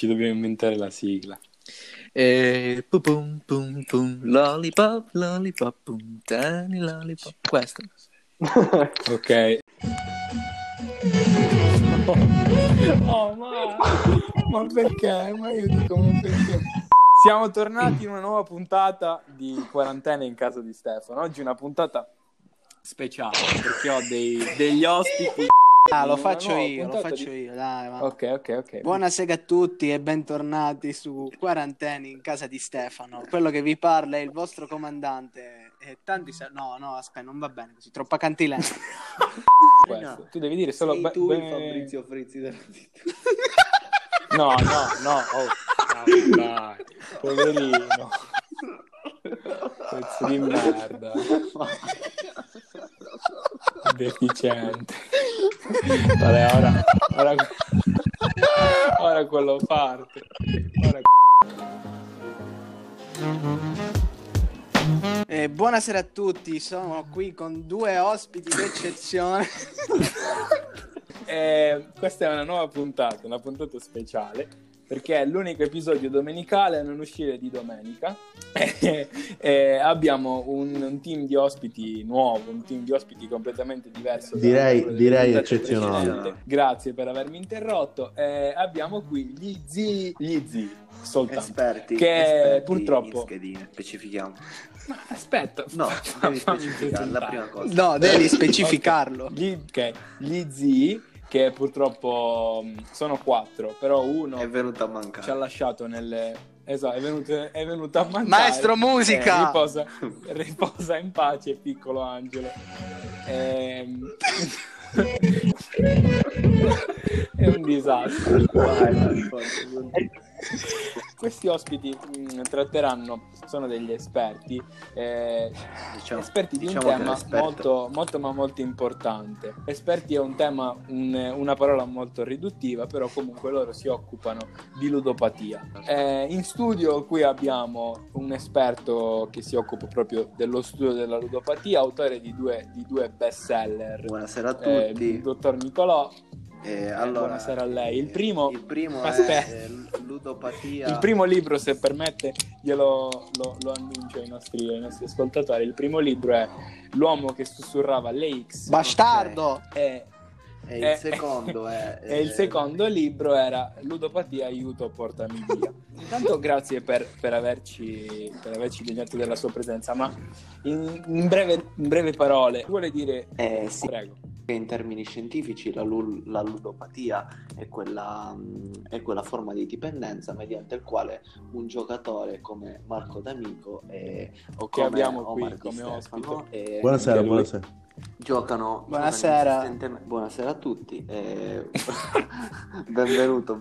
Ci dobbiamo inventare la sigla. Pum pum pum, lollipop, lollipop, pum, tani lollipop. Questo. Ok. Oh, ma perché? Ma io dico, ma perché? Siamo tornati in una nuova puntata di Quarantena in casa di Stefano. Oggi una puntata speciale perché ho degli ospiti. Lo faccio io, dai, va. Ok. Buonasera a tutti e bentornati su Quarantena in casa di Stefano. Quello che vi parla è il vostro comandante. No, aspetta, non va bene così, troppa cantilena. Questo. Tu devi dire solo... Sei tu il Fabrizio Frizzi della città. No. Oh, dai, poverino. Pezzo di merda. Deficiente. Vabbè, ora quello parte. Buonasera a tutti, sono qui con due ospiti d'eccezione. Questa è una nuova puntata, una puntata speciale, perché è l'unico episodio domenicale a non uscire di domenica. Abbiamo un team di ospiti nuovo, un team di ospiti completamente diverso. Direi eccezionale. Grazie per avermi interrotto. Abbiamo qui gli zii soltanto, esperti purtroppo in schedine, specifichiamo. Ma aspetta, no, devi specificare la prima cosa. No, devi specificarlo. Okay. Gli zii, che purtroppo sono 4, però uno è venuto a mancare. Ci ha lasciato Esatto, è venuto a mancare. Maestro musica! Riposa in pace, piccolo angelo. È un disastro. Questi ospiti sono degli esperti, esperti di un tema molto importante. Esperti è un tema, una parola molto riduttiva, però comunque loro si occupano di ludopatia. In studio qui abbiamo un esperto che si occupa proprio dello studio della ludopatia, autore di due best seller. Buonasera a tutti. Il dottor Nicolò. Allora, buonasera a lei. Il primo è Ludopatia. Il primo libro, se permette, glielo lo annuncio ai nostri ascoltatori. Il primo libro è L'uomo che sussurrava l'X. Bastardo! E il secondo e il secondo libro era Ludopatia, aiuto, portami via. Intanto grazie per averci degnato della sua presenza, ma in breve parole vuole dire sì. Prego. In termini scientifici la ludopatia è quella forma di dipendenza mediante il quale un giocatore come Marco D'Amico o che abbiamo Omar qui come Stefano, buonasera. Giocano Buonasera a tutti. Benvenuto.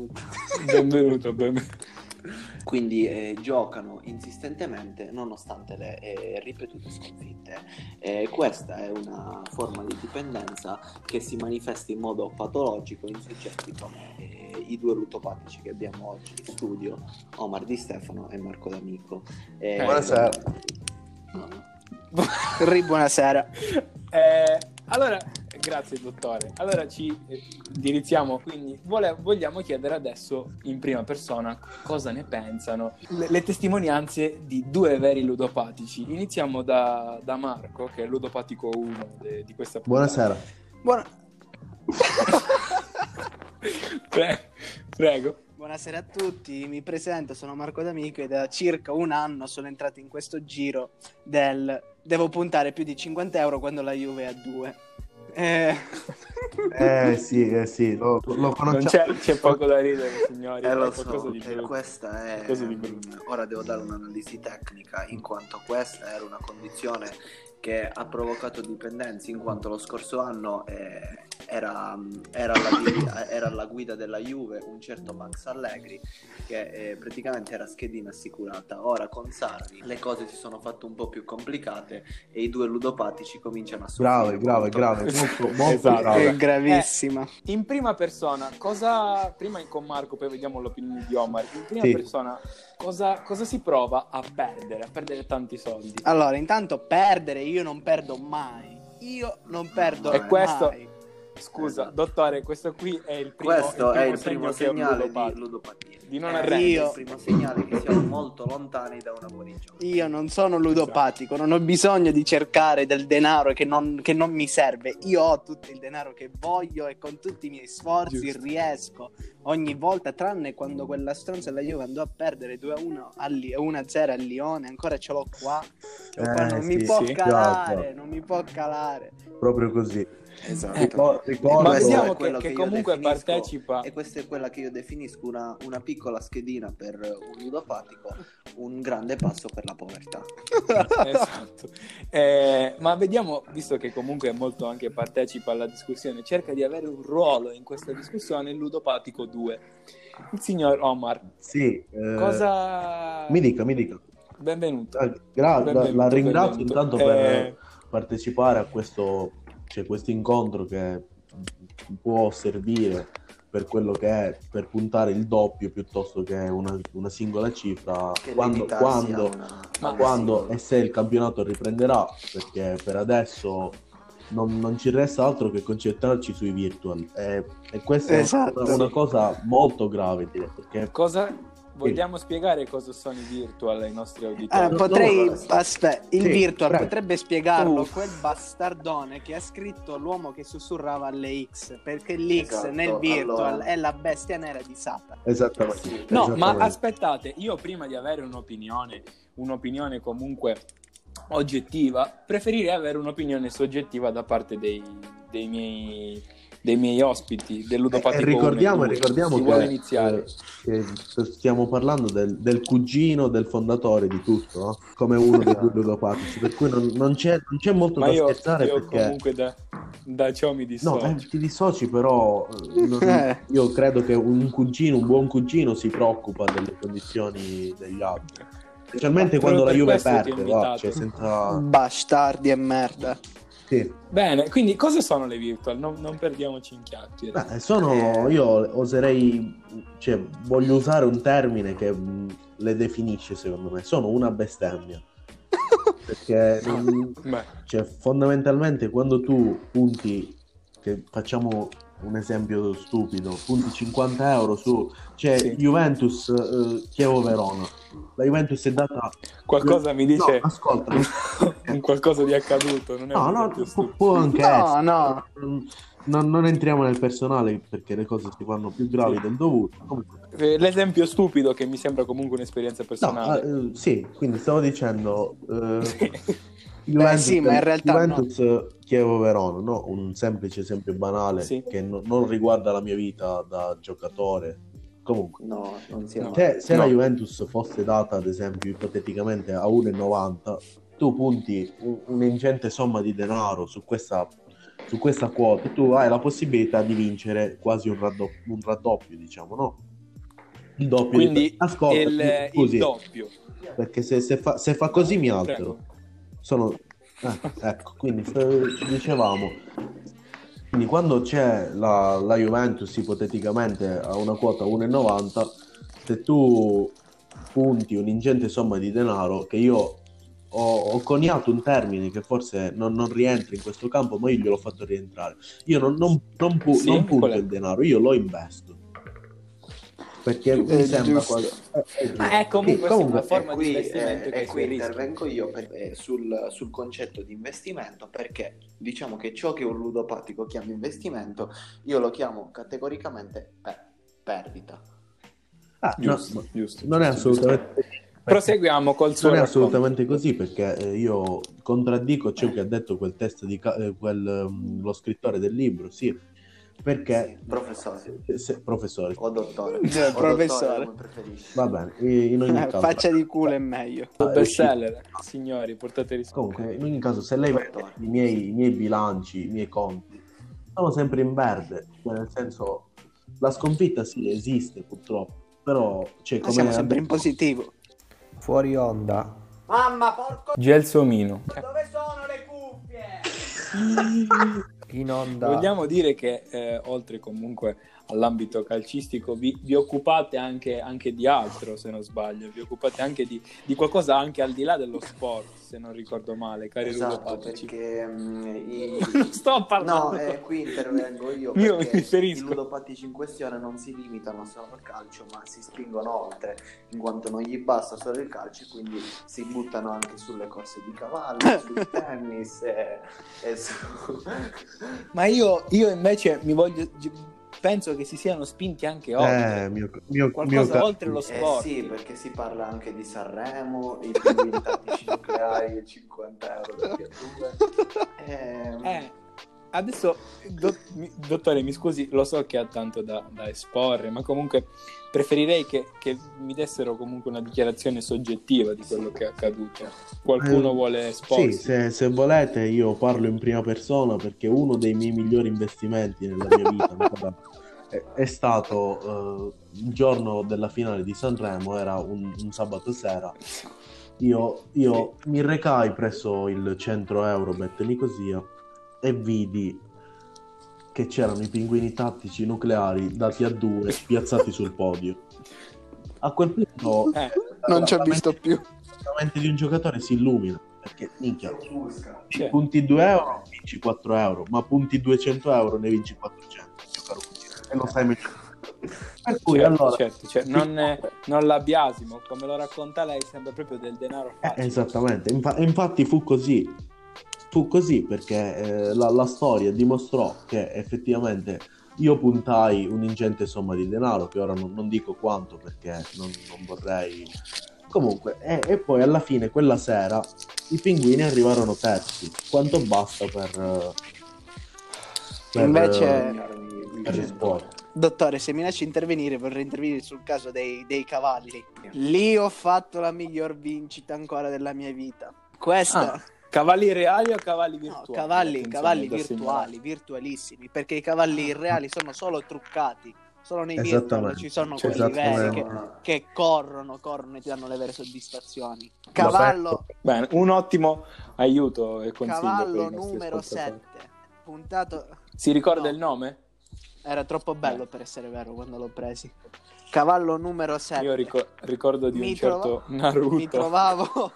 Quindi giocano insistentemente nonostante le ripetute sconfitte. Questa è una forma di dipendenza che si manifesta in modo patologico in soggetti come i due ludopatici che abbiamo oggi in studio, Omar Di Stefano e Marco D'Amico. Buonasera. Buonasera. Allora, grazie dottore. Allora ci indirizziamo, quindi vogliamo chiedere adesso in prima persona cosa ne pensano le testimonianze di due veri ludopatici. Iniziamo da Marco, che è ludopatico 1 di questa puntata. Buonasera. Prego. Buonasera a tutti, mi presento, sono Marco D'Amico e da circa un anno sono entrato in questo giro devo puntare più di 50 euro quando la Juve è a 2. Sì, lo conosciamo. C'è poco da ridere, signori. Lo so, questa è ora devo dare un'analisi tecnica, in quanto questa era una condizione che ha provocato dipendenza, in quanto lo scorso anno era alla guida della Juve un certo Max Allegri, che praticamente era schedina assicurata. Ora con Sarri le cose si sono fatte un po' più complicate e i due ludopatici cominciano a soffrire. Grave, molto Esatto. grave. È gravissima. In prima persona, prima con Marco, poi vediamo l'opinione di Omar. In prima persona, cosa si prova a perdere tanti soldi? Allora, intanto perdere, io non perdo mai. Io non perdo e questo, mai. Scusa, dottore, questo qui è il primo, questo è il primo segnale di ludopatia. Di non arrendersi. È il primo segnale che siamo molto lontani da una guarigione. Io non sono ludopatico, non ho bisogno di cercare del denaro che non mi serve. Io ho tutto il denaro che voglio e con tutti i miei sforzi riesco ogni volta, tranne quando quella stronza della Juve andò a perdere 2-1 1-0 al Lione, ancora ce l'ho qua. Non mi può calare, non mi può calare. Proprio così. Esatto. Ma vediamo che comunque partecipa. E questa è quella che io definisco una piccola schedina per un ludopatico, un grande passo per la povertà. Esatto. Ma vediamo, visto che comunque molto anche partecipa alla discussione, cerca di avere un ruolo in questa discussione, il ludopatico 2, il signor Omar. Sì. Cosa... Mi dica. Benvenuto. La ringrazio intanto per partecipare a questo incontro che può servire per quello che è, per puntare il doppio piuttosto che una singola cifra quando e se il campionato riprenderà, perché per adesso non ci resta altro che concentrarci sui virtual e questa è una cosa molto grave, direi, perché vogliamo spiegare cosa sono i virtual ai nostri auditori? Virtual potrebbe spiegarlo quel bastardone che ha scritto l'uomo che sussurrava alle X, perché l'X nel virtual è la bestia nera di Satana. Esattamente. No, ma aspettate, io prima di avere un'opinione comunque oggettiva, preferirei avere un'opinione soggettiva da parte dei miei ospiti del ludopatico. Ricordiamo che stiamo parlando del cugino del fondatore di tutto, no? Come uno dei due ludopatici, per cui non c'è molto da scherzare. Io perché comunque da ciò mi dissocio. No, ti dissoci, però io credo che un buon cugino si preoccupa delle condizioni degli altri, specialmente quando la Juve perde, senza bastardi e merda. Sì. Bene, quindi cosa sono le virtual? Non perdiamoci in chiacchiere. Io oserei, voglio usare un termine che le definisce, secondo me. Sono una bestemmia. Perché fondamentalmente quando tu punti, che facciamo un esempio stupido, punti 50 euro su Juventus Chievo Verona, la Juventus è data qualcosa mi dice. No, ascolta. Un qualcosa di accaduto, non è può anche essere. Non entriamo nel personale perché le cose si fanno più gravi del dovuto. Comunque. L'esempio stupido che mi sembra comunque un'esperienza personale. Sì, quindi stavo dicendo ma in realtà Juventus Chievo Verona, no? Un semplice esempio banale che non riguarda la mia vita da giocatore. Comunque, se la Juventus fosse data, ad esempio, ipoteticamente a 1,90, tu punti un'ingente somma di denaro su questa quota, tu hai la possibilità di vincere quasi un raddoppio, diciamo, no? Il doppio. Quindi ascolta, il doppio. Perché se fa così mi altero. Ecco, quindi dicevamo, quindi quando c'è la Juventus ipoteticamente a una quota 1,90, se tu punti un'ingente somma di denaro, che io ho coniato un termine che forse non rientra in questo campo, ma io gliel'ho fatto rientrare. Io non punto il denaro, io lo investo. Perché mi sembra quasi... comunque una forma di investimento che qui intervengo io sul concetto di investimento, perché diciamo che ciò che un ludopatico chiama investimento io lo chiamo categoricamente perdita. Giusto. Non è assolutamente... Proseguiamo col suo non è racconto. assolutamente così, perché io contraddico ciò che ha detto quel testo di lo scrittore del libro, sì. Perché professore o dottore, professore, come preferisci. Va bene, in ogni caso faccia di culo è meglio. Bestseller, signori, portate risposte. Comunque, in ogni caso, se lei vede i miei bilanci, i miei conti, sono sempre in verde, nel senso, la sconfitta sì esiste purtroppo, però come siamo sempre in positivo. Fuori onda. Mamma, porco Gelsomino. dove sono le cuffie? In onda. Vogliamo dire che oltre comunque all'ambito calcistico, vi occupate anche di altro, se non sbaglio, vi occupate anche di qualcosa anche al di là dello sport, se non ricordo male, cari ludopatici. Perché non sto parlando. No, qui intervengo io mi perché riferisco. i ludopatici in questione non si limitano solo al calcio, ma si spingono oltre, in quanto non gli basta solo il calcio, quindi si buttano anche sulle corse di cavallo, sul tennis e su... Ma io invece penso che si siano spinti anche oltre qualcosa oltre lo sport. Sì, perché si parla anche di Sanremo, i pinguini tattici nucleari e 50 euro per due. Adesso, dottore, mi scusi, lo so che ha tanto da esporre, ma comunque preferirei che mi dessero comunque una dichiarazione soggettiva di quello che è accaduto. Qualcuno vuole esporsi? Sì, se volete io parlo in prima persona, perché uno dei miei migliori investimenti nella mia vita è stato il giorno della finale di Sanremo, era un sabato sera. Io mi recai presso il centro Eurobet Nicosia e vidi che c'erano i pinguini tattici nucleari dati a 2 piazzati sul podio. A quel punto non ci ho visto più. La mente di un giocatore si illumina, perché minchia, punti 2 euro vinci 4 euro, ma punti 200 euro ne vinci 400, e lo sai meglio. Per cui certo. Non la biasimo, come lo racconta lei, sembra proprio del denaro facile. Esattamente, infatti fu così perché la storia dimostrò che effettivamente io puntai un'ingente somma di denaro, che ora non dico quanto perché non vorrei, comunque, e poi alla fine quella sera i pinguini arrivarono terzi, quanto basta per invece per sport. Dottore, se mi lasci intervenire, vorrei intervenire sul caso dei cavalli. Lì ho fatto la miglior vincita ancora della mia vita. Questa cavalli reali o cavalli virtuali? No, cavalli virtuali, virtualissimi, perché i cavalli reali sono solo truccati. Solo nei virtual ci sono quelli veri che corrono e ti danno le vere soddisfazioni. Cavallo, bene, un ottimo aiuto e consiglio. Cavallo numero 7, puntato. Si ricorda il nome? Era troppo bello per essere vero quando l'ho presi. Cavallo numero 7. Io ricordo di un certo Naruto. Mi trovavo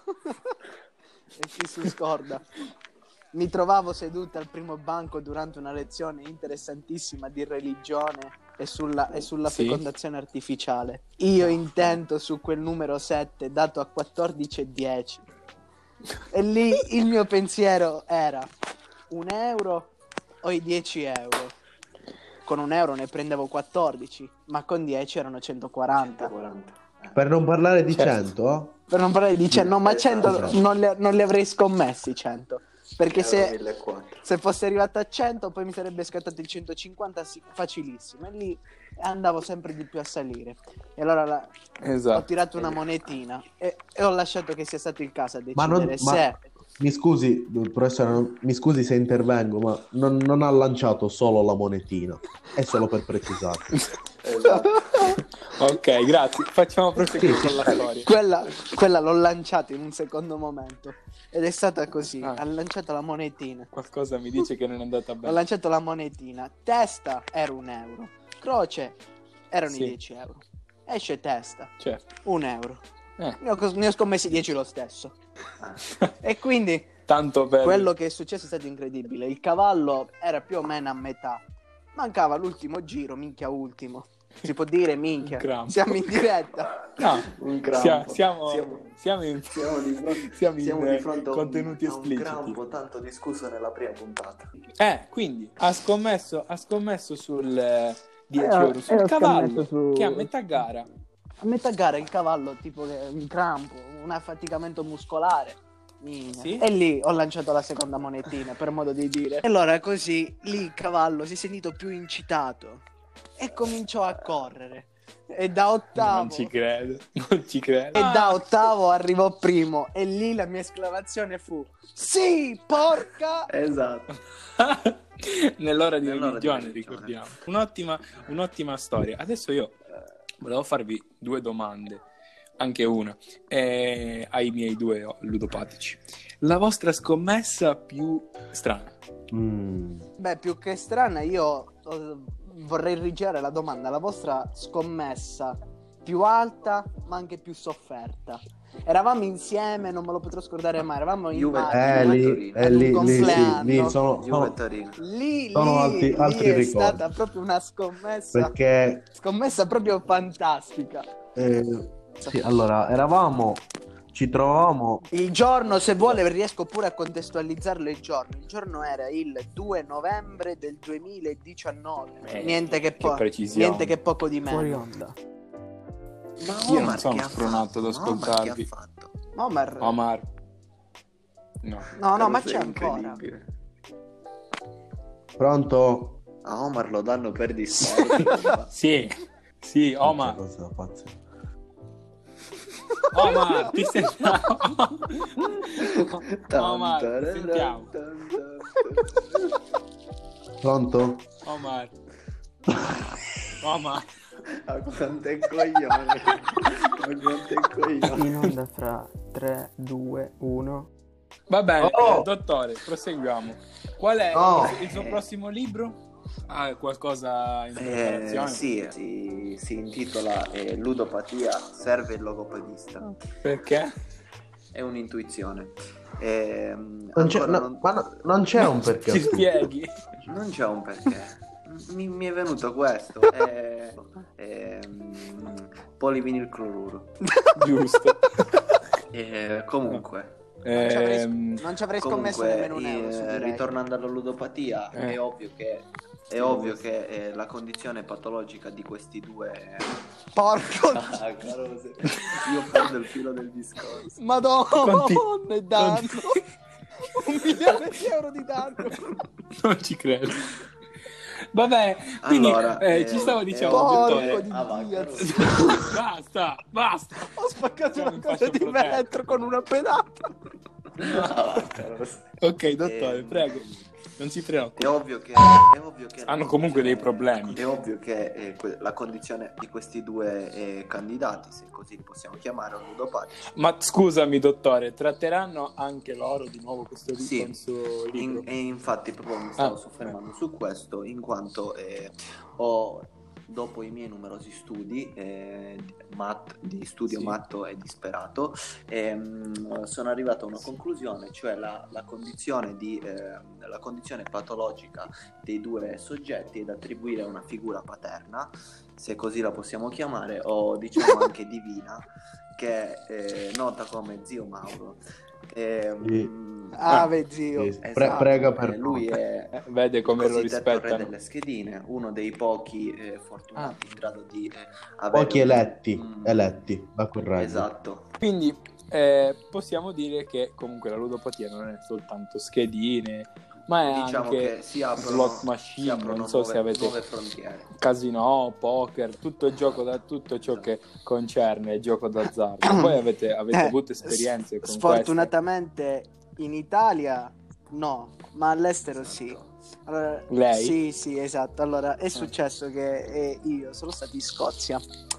e chi si scorda. Mi trovavo seduta al primo banco durante una lezione interessantissima di religione e sulla fecondazione artificiale. Io intento su quel numero 7 dato a 14,10. E lì il mio pensiero era: 1 euro o i 10 euro? Con 1 euro ne prendevo 14, ma con 10 erano 140. Per non parlare di 100? Per non parlare di 100, no, ma 100 non li avrei scommessi 100. Perché se fosse arrivato a 100 poi mi sarebbe scattato il 150 facilissimo, e lì andavo sempre di più a salire. E allora ho tirato una monetina e ho lasciato che sia stato il caso a decidere se... Mi scusi, professore, mi scusi se intervengo, ma non ha lanciato solo la monetina, è solo per precisare. Esatto. Ok, grazie. Facciamo proseguire con la storia. Quella l'ho lanciata in un secondo momento ed è stata così. Ha lanciato la monetina. Qualcosa mi dice che non è andata bene. Ho lanciato la monetina. Testa era 1 euro. Croce erano i 10 euro. Esce testa. Certo. 1 euro. Ne ho scommessi 10 lo stesso. E quindi tanto per... quello che è successo è stato incredibile. Il cavallo era più o meno a metà. Mancava l'ultimo giro, minchia ultimo. Si può dire minchia? Siamo in diretta. No, un crampo. Siamo in di fronte a contenuti espliciti. Un crampo tanto discusso nella prima puntata. Quindi ha scommesso sul 10 euro sul cavallo che a metà gara. A metà gara il cavallo tipo un crampo, un affaticamento muscolare. Sì? E lì ho lanciato la seconda monetina, per modo di dire. E allora così lì il cavallo si è sentito più incitato e cominciò a correre. E da ottavo... Non ci credo. E da ottavo arrivò primo. E lì la mia esclamazione fu: sì, porca! Esatto. Nell'ora di religione, ricordiamo. Un'ottima storia. Adesso io volevo farvi 2 domande. Anche una ai miei 2 ludopatici. La vostra scommessa più strana? Beh, più che strana, io vorrei rigirare la domanda, la vostra scommessa più alta ma anche più sofferta. Eravamo insieme, non me lo potrò scordare mai, eravamo in macchina lì sono altri è ricordi. Stata proprio una scommessa, perché scommessa proprio fantastica. Sì, allora ci trovavamo il giorno, se vuole riesco pure a contestualizzarlo il giorno era il 2 novembre del 2019, niente che poco di meno. Fuori onda. Ma io non sono spronato ad ascoltarvi. Omar. No, ma c'è ancora. Pronto? A Omar lo danno per distratto. sì, Omar. Omar, ti sentiamo. Omar, ti sentiamo. Pronto? Omar. Ma quanto è coglione. In onda fra 3, 2, 1. Va bene, dottore, proseguiamo. Qual è il suo prossimo libro? Qualcosa in preparazione? Sì, si intitola Ludopatia, serve il logopedista. Perché? È un'intuizione. Non c'è un perché. Ci spieghi? Non c'è un perché. Mi è venuto questo. Polivinilcloruro. Giusto. Comunque. Non ci avrei scommesso nemmeno un euro su di lei. Ritornando alla ludopatia, è ovvio che la condizione patologica di questi due. Porco Carose. Io prendo il filo del discorso. Madonna, è danno. 1 milione di euro di danno. Non ci credo. Vabbè, quindi allora, ci stavo dicendo, porco di basta. Ho spaccato una cosa di metro con una pedata. Ok, dottore, prego. Non si preoccupi. È ovvio che hanno comunque dei problemi. È ovvio che la condizione di questi due candidati, se così li possiamo chiamare, un ludopatici. Ma scusami, dottore, tratteranno anche loro di nuovo questo sì, libro? E infatti proprio mi stavo soffermando su questo, in quanto dopo i miei numerosi studi di studio matto e disperato, sono arrivato a una conclusione, cioè la condizione patologica dei due soggetti è da attribuire a una figura paterna, se così la possiamo chiamare, o diciamo anche divina, che è nota come zio Mauro. Zio. Esatto. Prega per lui è vede come lo rispettano. re delle schedine, uno dei pochi fortunati in grado di avere pochi eletti da correggere. Esatto. Quindi possiamo dire che comunque la ludopatia non è soltanto schedine, ma è anche slot machine, non so se avete casino, poker, tutto gioco da tutto ciò che concerne il gioco d'azzardo. Voi avete avuto esperienze con sfortunatamente in Italia no, ma all'estero sì. Allora, lei? Sì, esatto. Allora è successo che io sono stato in Scozia.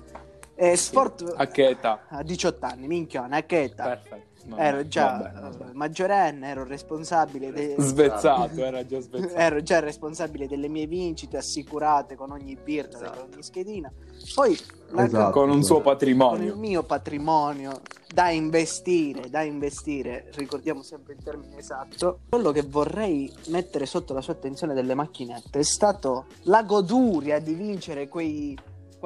A che età? A 18 anni, minchione, a che età? Perfetto. Ero già maggiorenne, ero responsabile era già svezzato. Ero già responsabile delle mie vincite, assicurate con ogni birra, con ogni schedina. Poi con un suo patrimonio. Con il mio patrimonio da investire, ricordiamo sempre il termine esatto. Quello che vorrei mettere sotto la sua attenzione delle macchinette è stato la goduria di vincere quei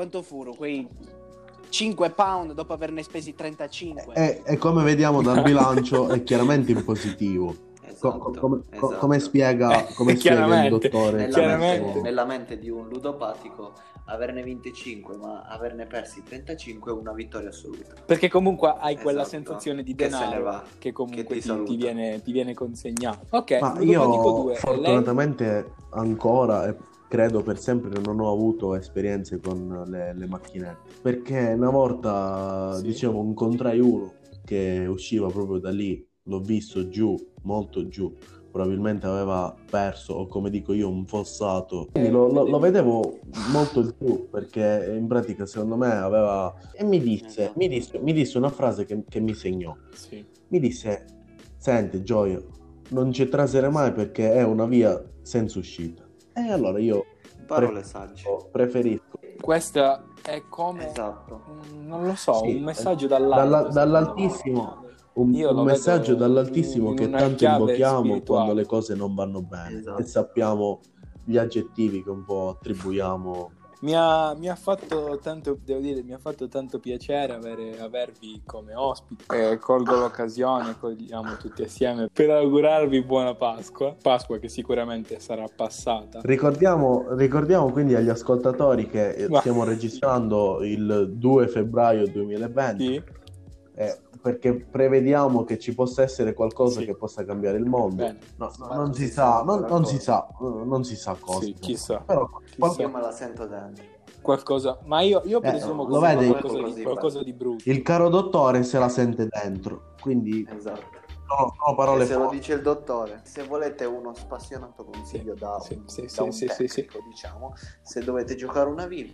5 pound dopo averne spesi 35. E come vediamo dal bilancio è chiaramente in positivo. Esatto. Come spiega il dottore? Nella mente di un ludopatico averne 25 ma averne persi 35 è una vittoria assoluta. Perché comunque hai quella sensazione di denaro che comunque ti viene consegnato. Ok, ma io fortunatamente ancora e credo per sempre non ho avuto esperienze con le macchinette, perché una volta incontrai uno che usciva proprio da lì, l'ho visto molto giù, probabilmente aveva perso, o come dico io, un fossato. Quindi lo vedevo molto giù, perché in pratica secondo me aveva... E mi disse una frase che mi segnò. Sì. Mi disse: senti Gioia, non ci trasere mai perché è una via senza uscita. E allora io Parole sagge. Preferisco. Questa è come, Esatto. non lo so, Sì, un messaggio dall'alto. dall'altissimo. Io lo Un messaggio vedo dall'altissimo in che una tanto chiave invochiamo spirituale. quando le cose non vanno bene, Esatto. e sappiamo gli aggettivi che un po' attribuiamo. Mi ha fatto tanto, devo dire, mi ha fatto tanto piacere avervi come ospiti. Colgo l'occasione, cogliamo tutti assieme per augurarvi buona Pasqua che sicuramente sarà passata. Ricordiamo quindi agli ascoltatori che stiamo registrando il 2 febbraio 2020. Sì. Perché prevediamo che ci possa essere qualcosa che possa cambiare il mondo. Non si sa cosa. Sì, chissà. Però Io me la sento dentro. Qualcosa, ma io presumo lo vedi? qualcosa di brutto. Il caro dottore se la sente dentro, quindi Esatto. no, parole se lo forti. dice il dottore, se volete uno spassionato consiglio da un tecnico, diciamo, se dovete giocare una villa.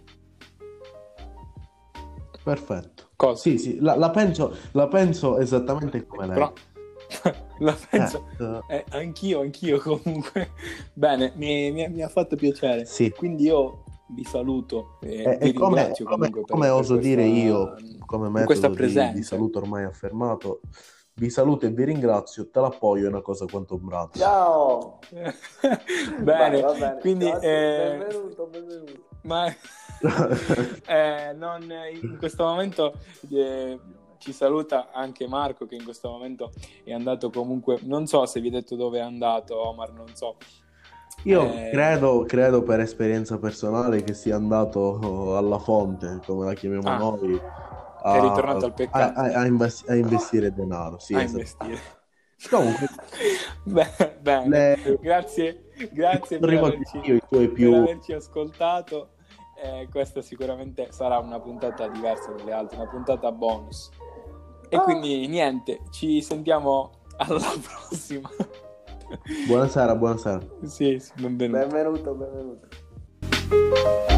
Perfetto. Cosa? Sì, la penso esattamente come lei. Però, la penso anch'io comunque. Bene, mi ha fatto piacere. Sì. Quindi io vi saluto e vi ringrazio comunque come oso questa, dire io, come metodo di saluto ormai affermato, vi saluto e vi ringrazio. Te l'appoggio è una cosa quanto un braccio. Ciao. Bene, va bene. Quindi benvenuto. Ma in questo momento ci saluta anche Marco, che in questo momento è andato comunque, non so se vi ho detto dove è andato, Omar, non so. Io credo per esperienza personale che sia andato alla fonte, come la chiamiamo noi, è ritornato al peccato, a investire denaro. Sì, a investire. Comunque, bene. Grazie per averci ascoltato. Questa sicuramente sarà una puntata diversa dalle altre, una puntata bonus. E quindi niente, ci sentiamo alla prossima. Buonasera. Sì, benvenuto. Benvenuto.